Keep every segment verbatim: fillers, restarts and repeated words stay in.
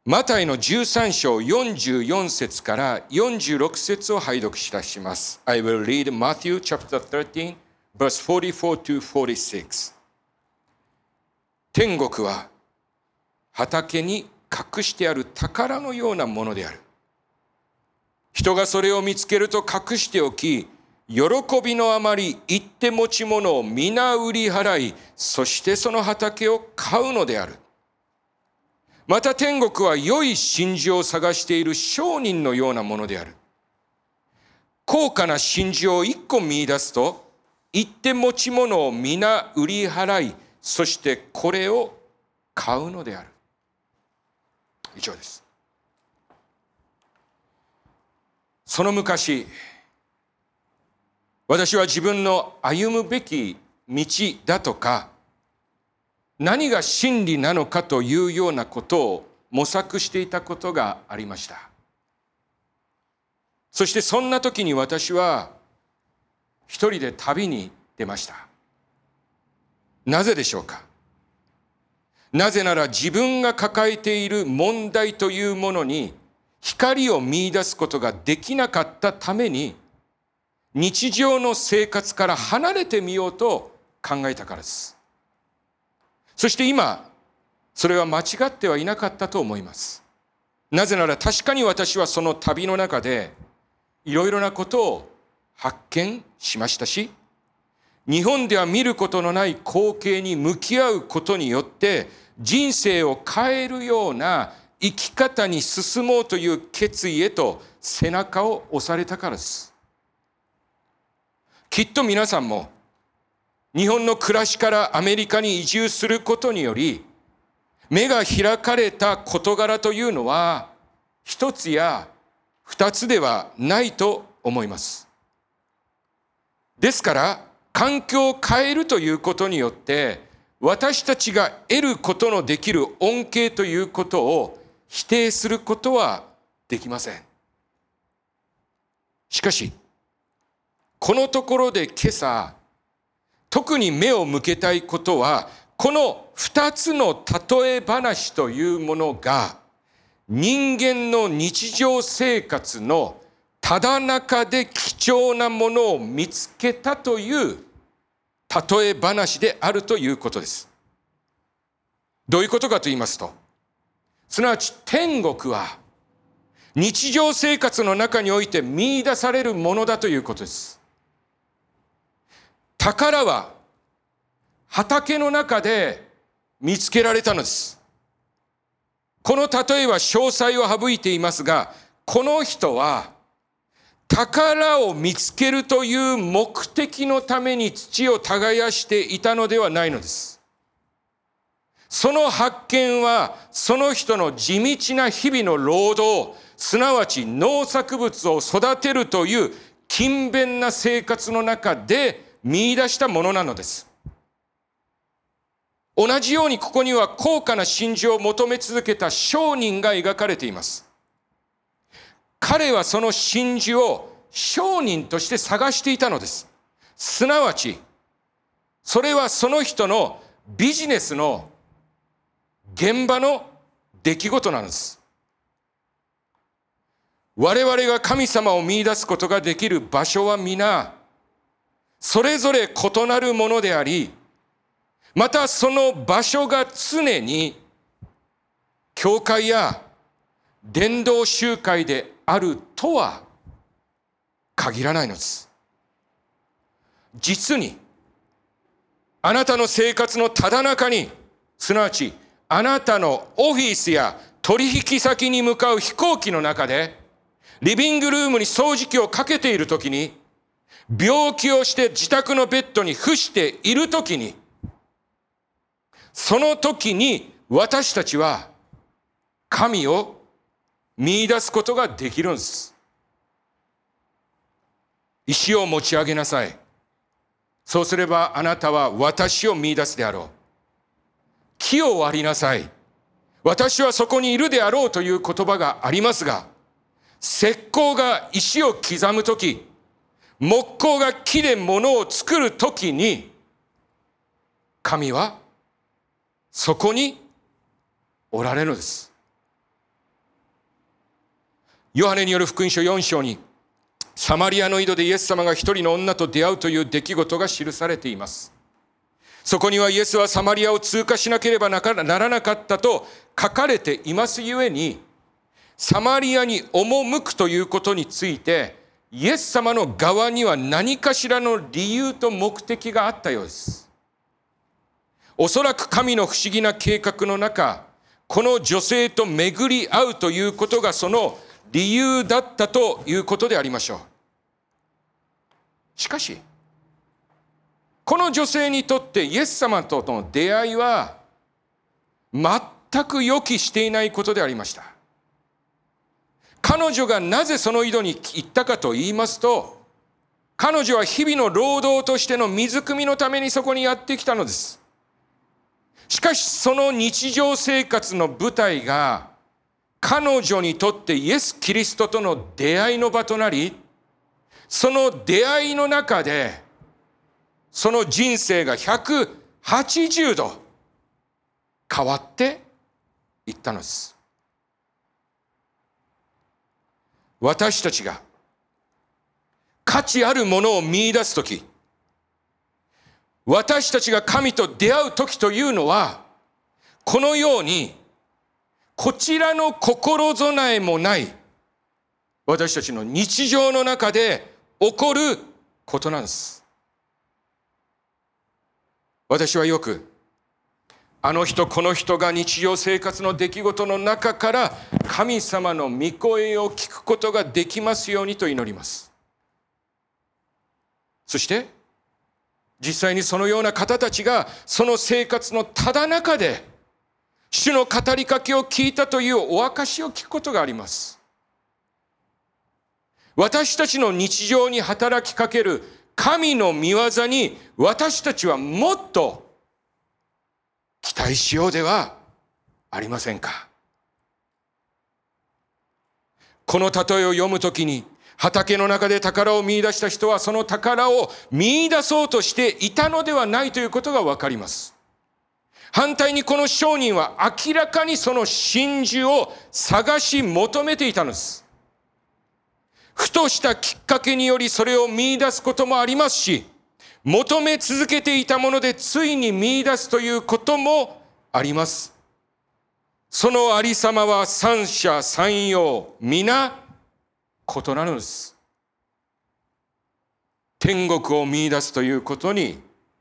マタイのじゅうさん章よんじゅうよん節からよんじゅうろく節を拝読し出します。I will read Matthew chapter thirteen, verse forty-four to forty-six。天国は畑に隠してある宝のようなものである。人がそれを見つけると隠しておき、喜びのあまり一手持ち物を皆売り払い、そしてその畑を買うのである。また天国は良い真珠を探している商人のようなものである。高価な真珠を一個見出すと、一手持ち物を皆売り払い、そしてこれを買うのである。以上です。その昔、私は自分の歩むべき道だとか、何が真理なのかというようなことを模索していたことがありました。そしてそんな時に私は一人で旅に出ました。なぜでしょうか。なぜなら自分が抱えている問題というものに光を見出すことができなかったために、日常の生活から離れてみようと考えたからです。そして今、それは間違ってはいなかったと思います。なぜなら確かに私はその旅の中でいろいろなことを発見しましたし、日本では見ることのない光景に向き合うことによって人生を変えるような生き方に進もうという決意へと背中を押されたからです。きっと皆さんも日本の暮らしからアメリカに移住することにより、目が開かれた事柄というのは一つや二つではないと思います。ですから環境を変えるということによって私たちが得ることのできる恩恵ということを否定することはできません。しかしこのところで今朝特に目を向けたいことは、この二つの例え話というものが人間の日常生活のただ中で貴重なものを見つけたという例え話であるということです。どういうことかと言いますと、すなわち天国は日常生活の中において見出されるものだということです。宝は畑の中で見つけられたのです。この例えは詳細を省いていますが、この人は宝を見つけるという目的のために土を耕していたのではないのです。その発見はその人の地道な日々の労働、すなわち農作物を育てるという勤勉な生活の中で見出したものなのです。同じようにここには高価な真珠を求め続けた商人が描かれています。彼はその真珠を商人として探していたのです。すなわち、それはその人のビジネスの現場の出来事なんです。我々が神様を見出すことができる場所は皆、それぞれ異なるものであり、またその場所が常に教会や伝道集会であるとは限らないのです。実にあなたの生活のただ中に、すなわちあなたのオフィスや取引先に向かう飛行機の中でリビングルームに掃除機をかけているときに、病気をして自宅のベッドに伏しているときに、その時に私たちは神を見出すことができるんです。石を持ち上げなさい。そうすればあなたは私を見出すであろう。木を割りなさい。私はそこにいるであろうという言葉がありますが、石膏が石を刻むとき、木工が木で物を作るときに、神はそこにおられるのです。 ヨハネによる福音書よん章に、サマリアの井戸でイエス様が一人の女と出会うという出来事が記されています。そこにはイエスはサマリアを通過しなければならなかったと書かれていますゆえに、サマリアに赴くということについて、イエス様の側には何かしらの理由と目的があったようです。おそらく神の不思議な計画の中、この女性と巡り合うということがその理由だったということでありましょう。しかし、この女性にとってイエス様との出会いは全く予期していないことでありました。彼女がなぜその井戸に行ったかと言いますと、彼女は日々の労働としての水汲みのためにそこにやってきたのです。しかしその日常生活の舞台が彼女にとってイエス・キリストとの出会いの場となり、その出会いの中でその人生がひゃくはちじゅうど変わっていったのです。私たちが価値あるものを見出すとき、私たちが神と出会うときというのは、このようにこちらの心備えもない私たちの日常の中で起こることなんです。私はよくあの人この人が日常生活の出来事の中から神様の御声を聞くことができますようにと祈ります。そして実際にそのような方たちがその生活のただ中で主の語りかけを聞いたというお証を聞くことがあります。私たちの日常に働きかける神の御業に私たちはもっと期待しようではありませんか。この例えを読むときに、畑の中で宝を見出した人はその宝を見出そうとしていたのではないということがわかります。反対にこの商人は明らかにその真珠を探し求めていたのです。ふとしたきっかけによりそれを見出すこともありますし、求め続けていたものでついに見出すということもあります。そのありさまは三者三様、皆異なるのです。天国を見出すということに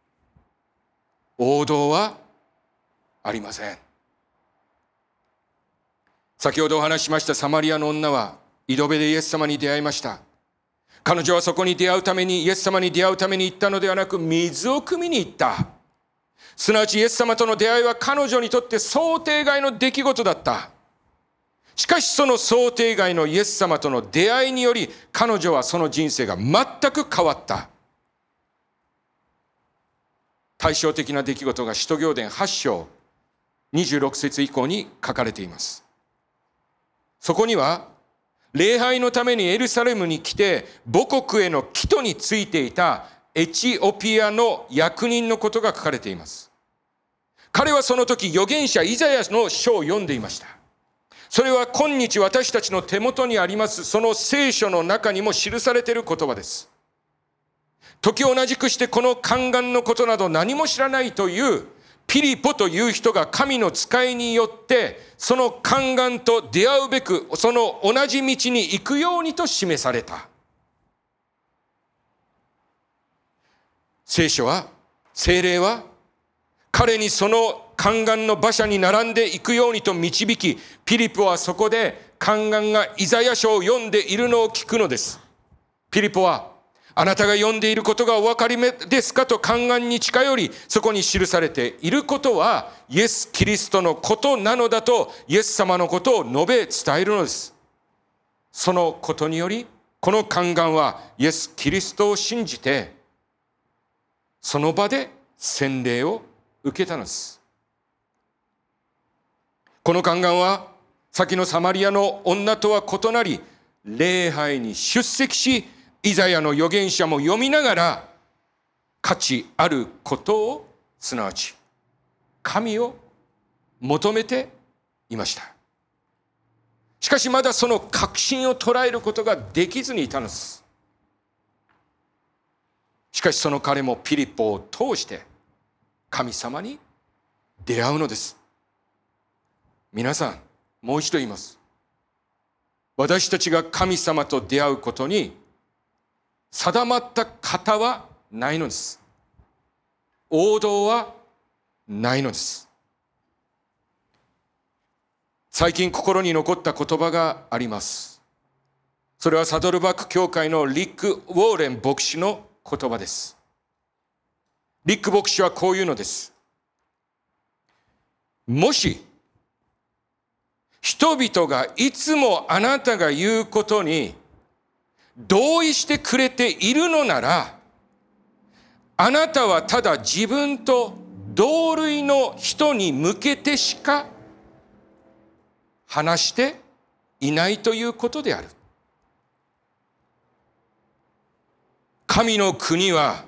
王道はありません。先ほどお話ししましたサマリアの女は井戸辺でイエス様に出会いました。彼女はそこに出会うために、イエス様に出会うために行ったのではなく、水を汲みに行った。すなわちイエス様との出会いは彼女にとって想定外の出来事だった。しかしその想定外のイエス様との出会いにより、彼女はその人生が全く変わった。対照的な出来事が使徒行伝はち章にじゅうろく節以降に書かれています。そこには礼拝のためにエルサレムに来て母国への帰途についていたエチオピアの役人のことが書かれています。彼はその時預言者イザヤの書を読んでいました。それは今日私たちの手元にありますその聖書の中にも記されている言葉です。時を同じくしてこの宦官のことなど何も知らないというピリポという人が神の使いによってその宦官と出会うべくその同じ道に行くようにと示された。聖書は、聖霊は彼にその宦官の馬車に並んで行くようにと導き、ピリポはそこで宦官がイザヤ書を読んでいるのを聞くのです。ピリポは、あなたが読んでいることがお分かりですかと宦官に近寄り、そこに記されていることはイエス・キリストのことなのだとイエス様のことを述べ伝えるのです。そのことによりこの宦官はイエス・キリストを信じてその場で洗礼を受けたのです。この宦官は先のサマリアの女とは異なり、礼拝に出席し、イザヤの預言者も読みながら価値あることを、すなわち神を求めていました。しかかしまだその確信を捉えることができずにいたのです。しかしその彼もピリポを通して神様に出会うのです。皆さん、もう一度言います。私たちが神様と出会うことに定まった型はないのです。王道はないのです。最近心に残った言葉があります。それはサドルバック教会のリック・ウォーレン牧師の言葉です。リック牧師はこういうのです。もし人々がいつもあなたが言うことに同意してくれているのなら、あなたはただ自分と同類の人に向けてしか話していないということである。神の国は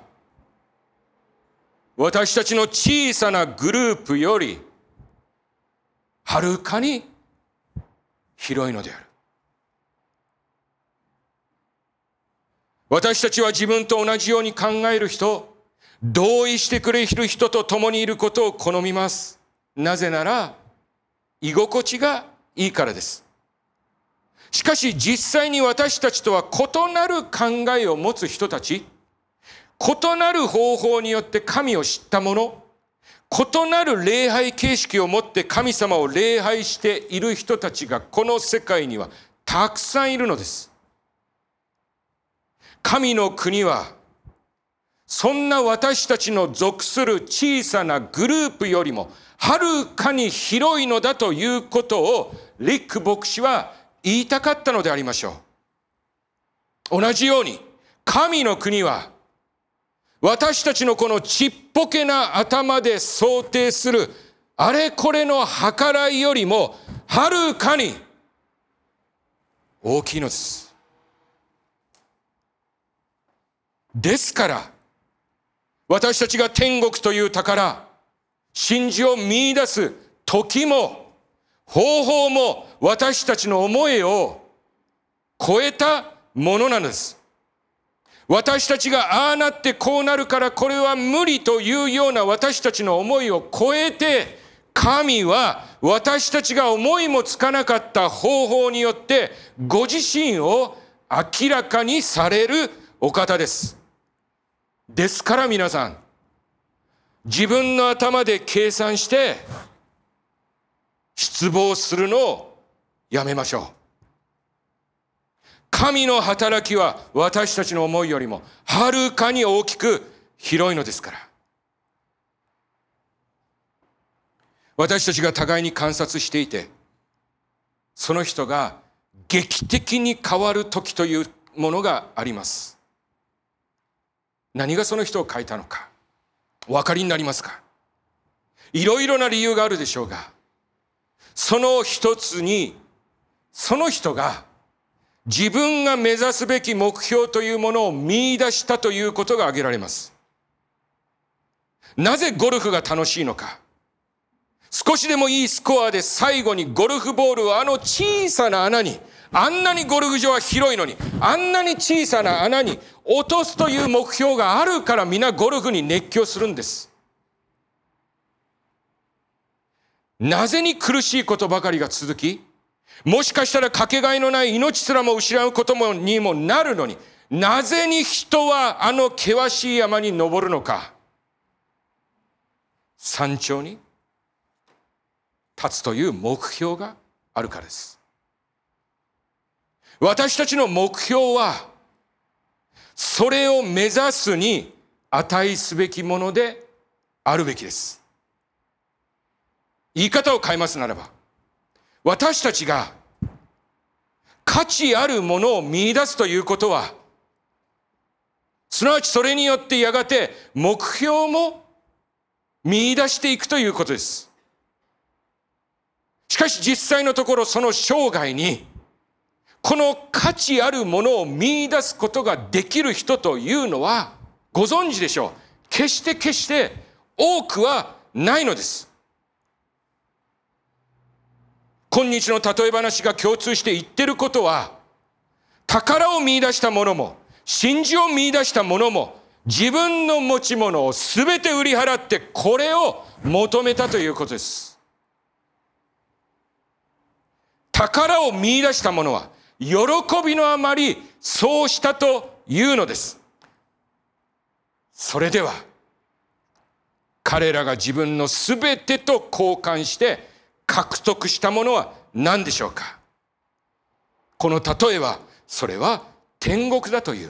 私たちの小さなグループよりはるかに広いのである。私たちは自分と同じように考える人、同意してくれる人と共にいることを好みます。なぜなら居心地がいいからです。しかし実際に私たちとは異なる考えを持つ人たち、異なる方法によって神を知った者、異なる礼拝形式を持って神様を礼拝している人たちがこの世界にはたくさんいるのです。神の国はそんな私たちの属する小さなグループよりもはるかに広いのだということをリック牧師は言いたかったのでありましょう。同じように神の国は私たちのこのちっぽけな頭で想定するあれこれの計らいよりもはるかに大きいのです。ですから私たちが天国という宝、真珠を見出す時も方法も私たちの思いを超えたものなのです。私たちがああなってこうなるからこれは無理というような私たちの思いを超えて、神は私たちが思いもつかなかった方法によってご自身を明らかにされるお方です。ですから皆さん、自分の頭で計算して失望するのをやめましょう。神の働きは私たちの思いよりもはるかに大きく広いのですから。私たちが互いに観察していて、その人が劇的に変わる時というものがあります。何がその人を変えたのかお分かりになりますか？いろいろな理由があるでしょうが、その一つにその人が自分が目指すべき目標というものを見出したということが挙げられます。なぜゴルフが楽しいのか。少しでもいいスコアで最後にゴルフボールをあの小さな穴に、あんなにゴルフ場は広いのにあんなに小さな穴に落とすという目標があるから、皆ゴルフに熱狂するんです。なぜに苦しいことばかりが続き、もしかしたらかけがえのない命すらも失うこともにもなるのに、なぜに人はあの険しい山に登るのか。山頂に立つという目標があるからです。私たちの目標はそれを目指すに値すべきものであるべきです。言い方を変えますならば、私たちが価値あるものを見出すということは、すなわちそれによってやがて目標も見出していくということです。しかし実際のところ、その生涯にこの価値あるものを見出すことができる人というのは、ご存知でしょう。決して決して多くはないのです。 今日の例え話が共通して言ってることは、宝を見出した者も、真珠を見出した者も、自分の持ち物をすべて売り払ってこれを求めたということです。宝を見出した者は喜びのあまりそうしたというのです。それでは彼らが自分のすべてと交換して獲得したものは何でしょうか。この例えは、それは天国だという。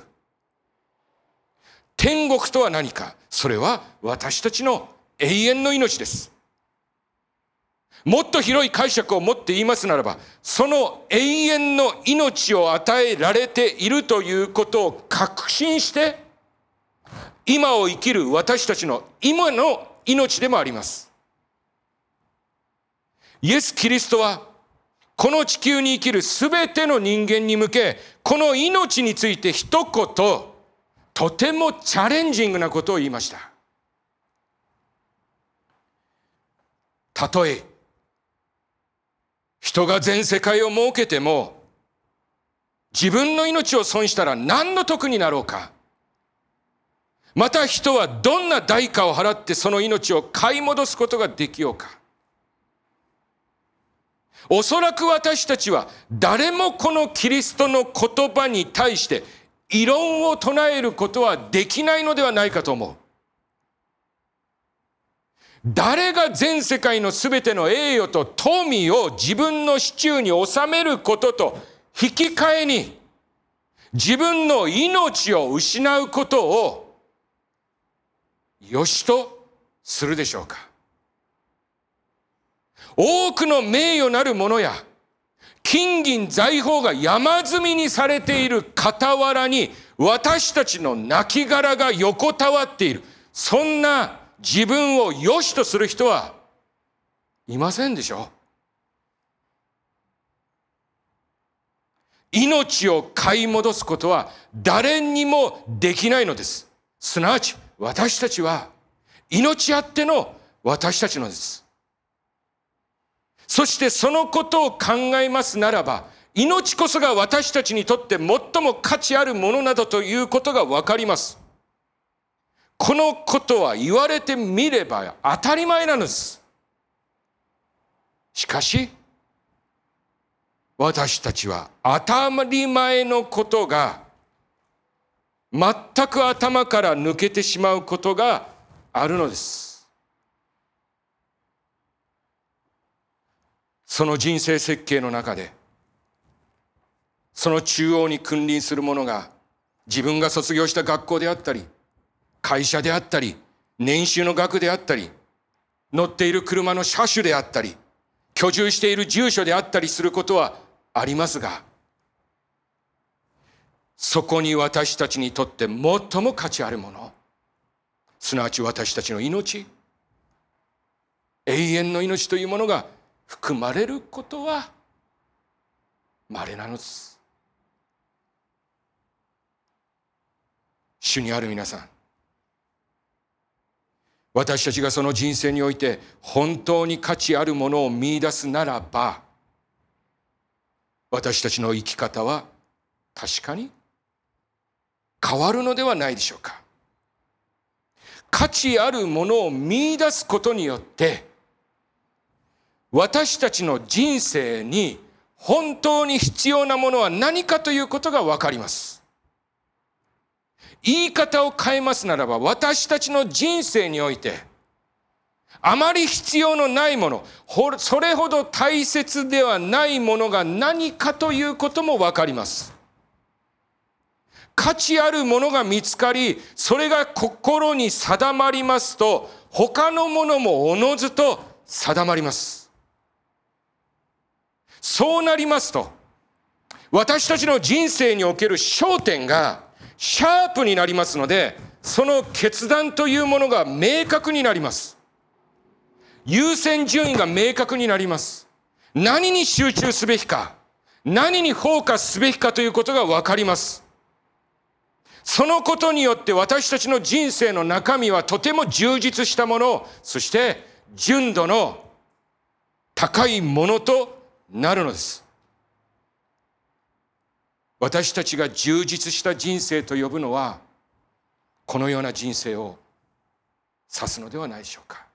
天国とは何か。それは私たちの永遠の命です。もっと広い解釈を持って言いますならば、その永遠の命を与えられているということを確信して、今を生きる私たちの今の命でもあります。イエス・キリストはこの地球に生きるすべての人間に向け、この命について一言、とてもチャレンジングなことを言いました。たとえ人が全世界を設けても、自分の命を損したら何の得になろうか。また人はどんな代価を払ってその命を買い戻すことができようか。おそらく私たちは誰もこのキリストの言葉に対して異論を唱えることはできないのではないかと思う。誰が全世界のすべての栄誉と富を自分の手中に収めることと引き換えに自分の命を失うことをよしとするでしょうか。多くの名誉なるものや金銀財宝が山積みにされている傍らに私たちの亡骸が横たわっている。そんな自分を良しとする人はいませんでしょう。命を買い戻すことは誰にもできないのです。すなわち私たちは命あっての私たちのです。そしてそのことを考えますならば、命こそが私たちにとって最も価値あるものなどということがわかります。このことは言われてみれば当たり前なのです。しかし、私たちは当たり前のことが全く頭から抜けてしまうことがあるのです。その人生設計の中で、その中央に君臨する者が自分が卒業した学校であったり、会社であったり、年収の額であったり、乗っている車の車種であったり、居住している住所であったりすることはありますが、そこに私たちにとって最も価値あるもの、すなわち私たちの命、永遠の命というものが含まれることは稀なのです。主にある皆さん、私たちがその人生において本当に価値あるものを見出すならば、私たちの生き方は確かに変わるのではないでしょうか。価値あるものを見出すことによって、私たちの人生に本当に必要なものは何かということがわかります。言い方を変えますならば、私たちの人生においてあまり必要のないもの、それほど大切ではないものが何かということもわかります。価値あるものが見つかり、それが心に定まりますと、他のものもおのずと定まります。そうなりますと、私たちの人生における焦点がシャープになりますので、その決断というものが明確になります。優先順位が明確になります。何に集中すべきか、何にフォーカスすべきかということがわかります。そのことによって私たちの人生の中身はとても充実したもの、そして純度の高いものとなるのです。私たちが充実した人生と呼ぶのは、このような人生を指すのではないでしょうか。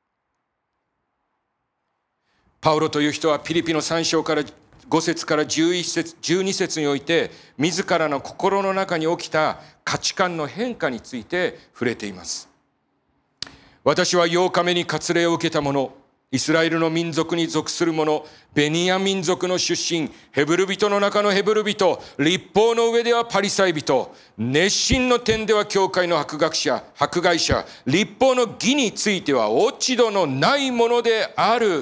パウロという人はピリピのさん章からご節からじゅういち節、じゅうに節において、自らの心の中に起きた価値観の変化について触れています。私はようかめに割礼を受けた者、イスラエルの民族に属する者、ベニヤ民族の出身、ヘブル人の中のヘブル人、律法の上ではパリサイ人、熱心の点では教会の迫学者、迫害者、律法の義については落ち度のないものである。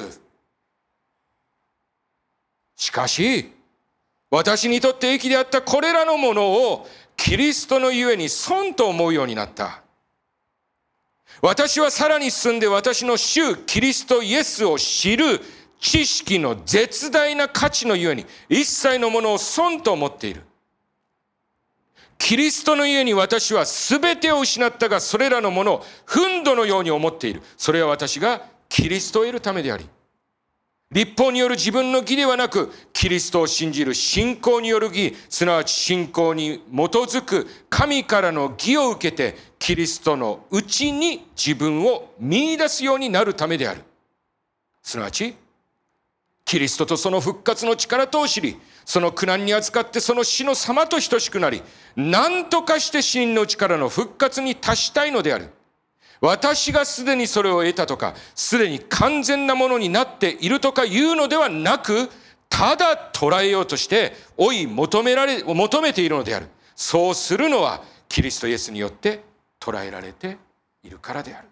しかし、私にとって益であったこれらのものをキリストのゆえに損と思うようになった。私はさらに進んで私の主キリストイエスを知る知識の絶大な価値のゆえに一切のものを損と思っている。キリストのゆえに私は全てを失ったが、それらのものを憤怒のように思っている。それは私がキリストを得るためであり、律法による自分の義ではなく、キリストを信じる信仰による義、すなわち信仰に基づく神からの義を受けて、キリストのうちに自分を見出すようになるためである。すなわち、キリストとその復活の力とを知り、その苦難に扱ってその死の様と等しくなり、何とかして死人の力の復活に達したいのである。私がすでにそれを得たとか、すでに完全なものになっているとかいうのではなく、ただ捉えようとして追い求められ、求めているのである。そうするのはキリストイエスによって捉えられているからである。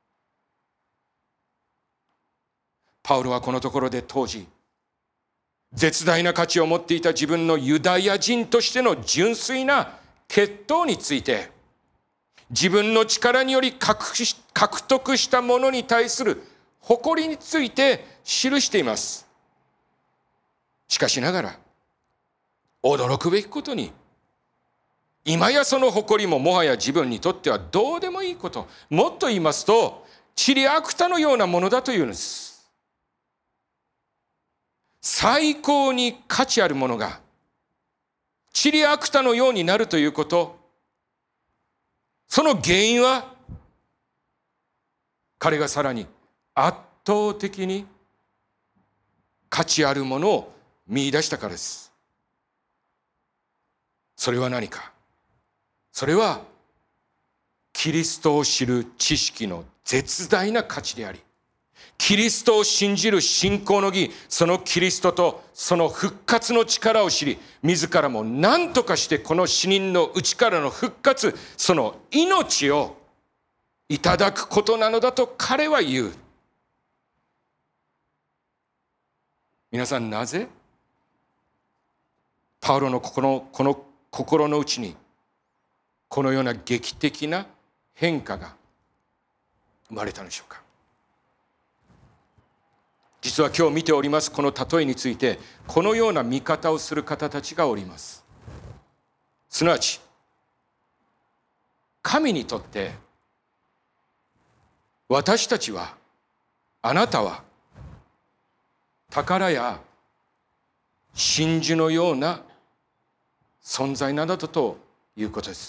パウロはこのところで当時、絶大な価値を持っていた自分のユダヤ人としての純粋な血統について、自分の力により獲得したものに対する誇りについて記しています。しかしながら、驚くべきことに、今やその誇りももはや自分にとってはどうでもいいこと、もっと言いますと、塵芥のようなものだというのです。最高に価値あるものが塵芥のようになるということ、その原因は、彼がさらに圧倒的に価値あるものを見出したからです。それは何か。それはキリストを知る知識の絶大な価値であり、キリストを信じる信仰の義、そのキリストとその復活の力を知り、自らも何とかしてこの死人の内からの復活、その命をいただくことなのだと彼は言う。皆さん、なぜパウロのこの、この心の内にこのような劇的な変化が生まれたのでしょうか。実は今日見ておりますこの例えについて、このような見方をする方たちがおります。すなわち、神にとって私たちは、あなたは宝や真珠のような存在などということです。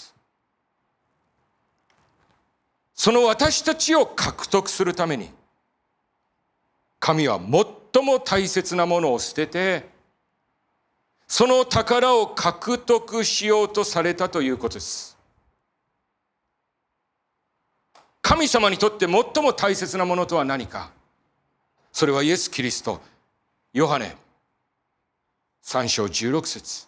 その私たちを獲得するために、神は最も大切なものを捨てて、その宝を獲得しようとされたということです。神様にとって最も大切なものとは何か。それはイエス・キリスト。ヨハネさん章じゅうろく節。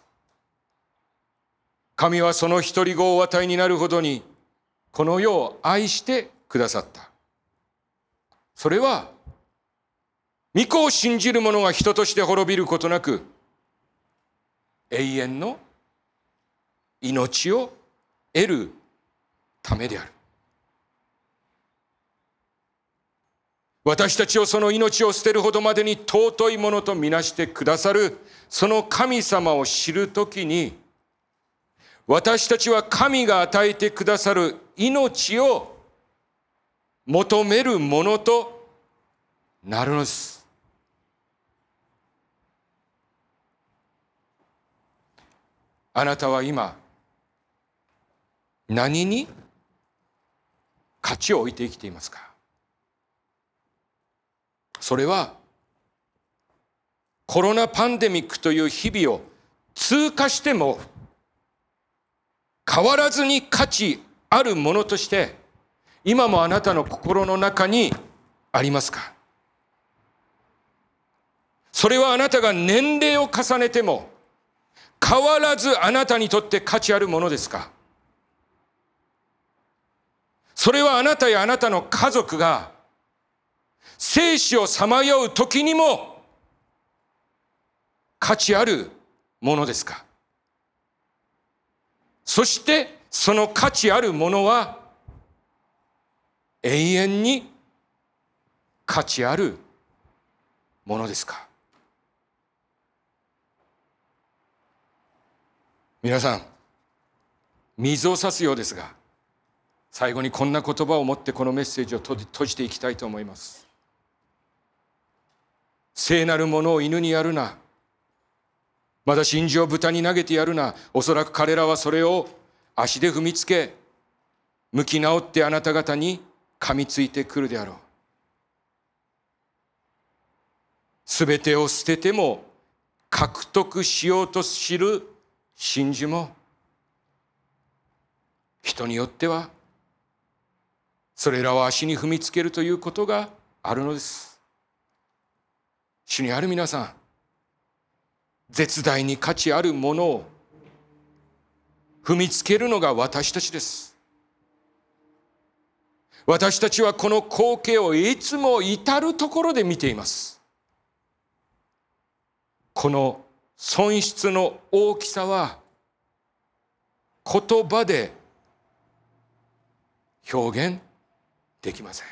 神はその一人子をお与えになるほどに、この世を愛してくださった。それは、御子を信じる者が人として滅びることなく、永遠の命を得るためである。私たちをその命を捨てるほどまでに尊いものとみなしてくださる、その神様を知るときに、私たちは神が与えてくださる命を求めるものとなるのです。 あなたは今何に価値を置いて生きていますか？それはコロナパンデミックという日々を通過しても変わらずに価値あるものとして今もあなたの心の中にありますか？それはあなたが年齢を重ねても変わらずあなたにとって価値あるものですか？それはあなたやあなたの家族が生死をさまよう時にも価値あるものですか？そしてその価値あるものは永遠に価値あるものですか？皆さん、水を差すようですが、最後にこんな言葉を持ってこのメッセージを閉じていきたいと思います。聖なるものを犬にやるな。まだ真珠を豚に投げてやるな。おそらく彼らはそれを足で踏みつけ、向き直ってあなた方に噛みついてくるであろう。すべてを捨てても獲得しようとする真珠も、人によってはそれらを足に踏みつけるということがあるのです。主にある皆さん、絶大に価値あるものを踏みつけるのが私たちです。私たちはこの光景をいつも至るところで見ています。この損失の大きさは言葉で表現できません。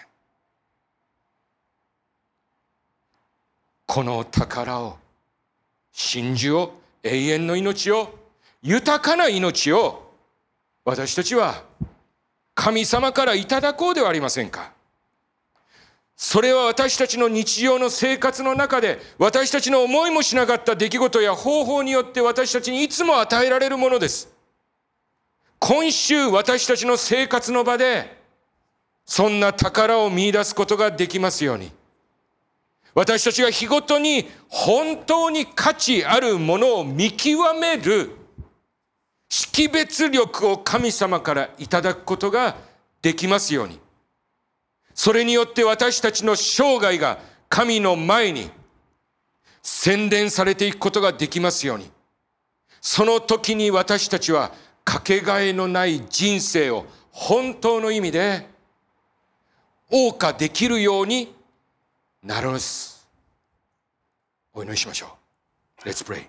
この宝を、真珠を、永遠の命を、豊かな命を私たちは神様からいただこうではありませんか。それは私たちの日常の生活の中で私たちの思いもしなかった出来事や方法によって私たちにいつも与えられるものです。今週私たちの生活の場でそんな宝を見出すことができますように、私たちが日ごとに本当に価値あるものを見極める識別力を神様からいただくことができますように、それによって私たちの生涯が神の前に洗練されていくことができますように、その時に私たちはかけがえのない人生を本当の意味で謳歌できるようになるのです。お祈りしましょう。 Let's pray。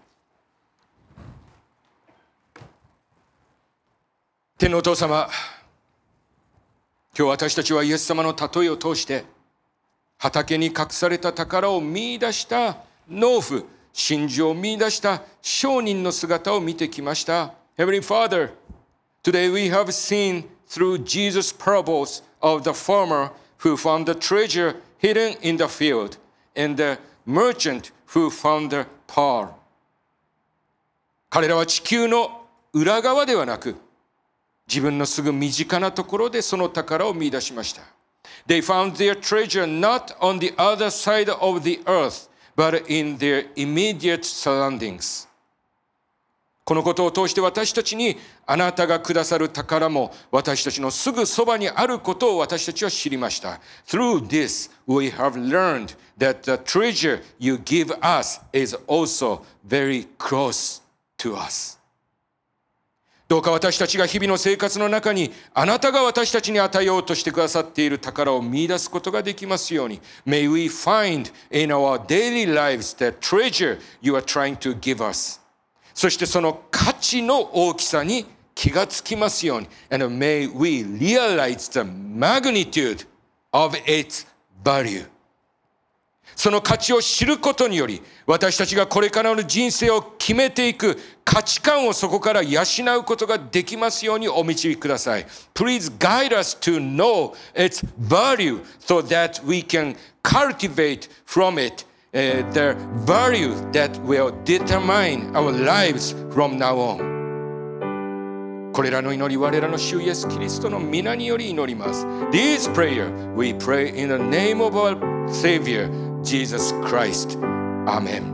天のお父様、今日私たちはイエス様の例えを通して畑に隠された宝を見出した農夫、真珠を見出した商人の姿を見てきました。 Heavenly Father, today we have seen through Jesus' parables of the farmer who found the treasure hidden in the field and the merchant who found the pearl。 彼らは地球の裏側ではなく自分のすぐ身近なところでその宝を見出しました。 They found their treasure not on the other side of the earth but in their immediate surroundings。 このことを通して私たちにあなたがくださる宝も私たちのすぐそばにあることを私たちは知りました。 Through this we have learned that the treasure you give us is also very close to us。どうか私たちが日々の生活の中にあなたが私たちに与えようとしてくださっている宝を見出すことができますように。 May we find in our daily lives the treasure you are trying to give us。 そしてその価値の大きさに気がつきますように。 And may we realize the magnitude of its value。その価値を知ることにより私たちがこれからの人生を決めていく価値観をそこから養うことができますようにお導きください。 Please guide us to know its value so that we can cultivate from it uh, the value that will determine our lives from now on。 これらの祈り、我らの主イエスキリストの皆により祈ります。This prayer we pray in the name of our Savior Jesus Christ. Amen.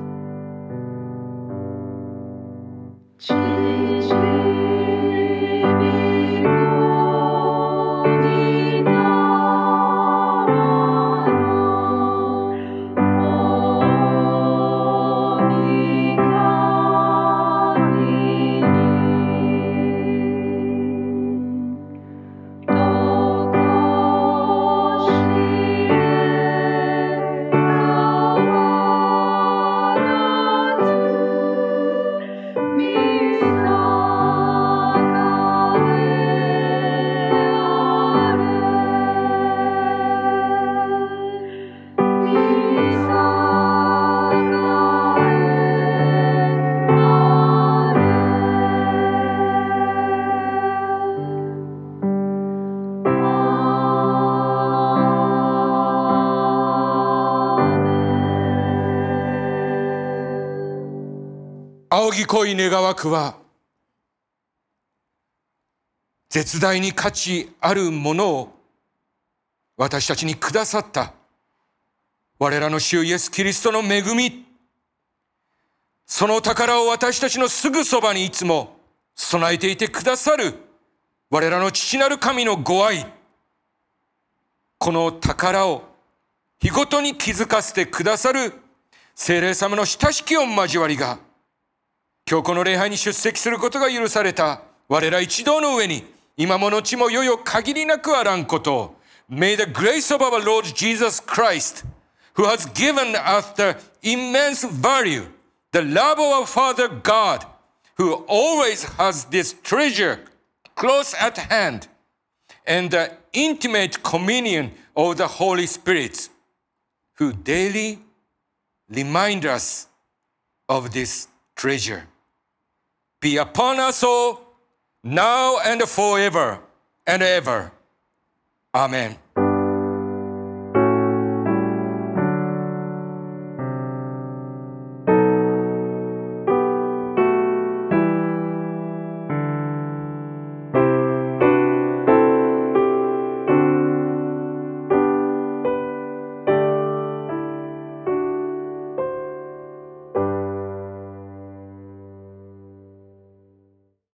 仰ぎ恋願わくは絶大に価値あるものを私たちにくださった我らの主イエスキリストの恵み、その宝を私たちのすぐそばにいつも備えていてくださる我らの父なる神のご愛、この宝を日ごとに気づかせてくださる聖霊様の親しき御交わりが今日この礼拝に出席することが許された我ら一同の上に今も後もよよ限りなくあらんことを May the grace of our Lord Jesus Christ, who has given us the immense value, the love of our Father God, who always has this treasure close at hand, and the intimate communion of the Holy Spirit, who daily remind us of this treasure, be upon us all, now and forever and ever. Amen.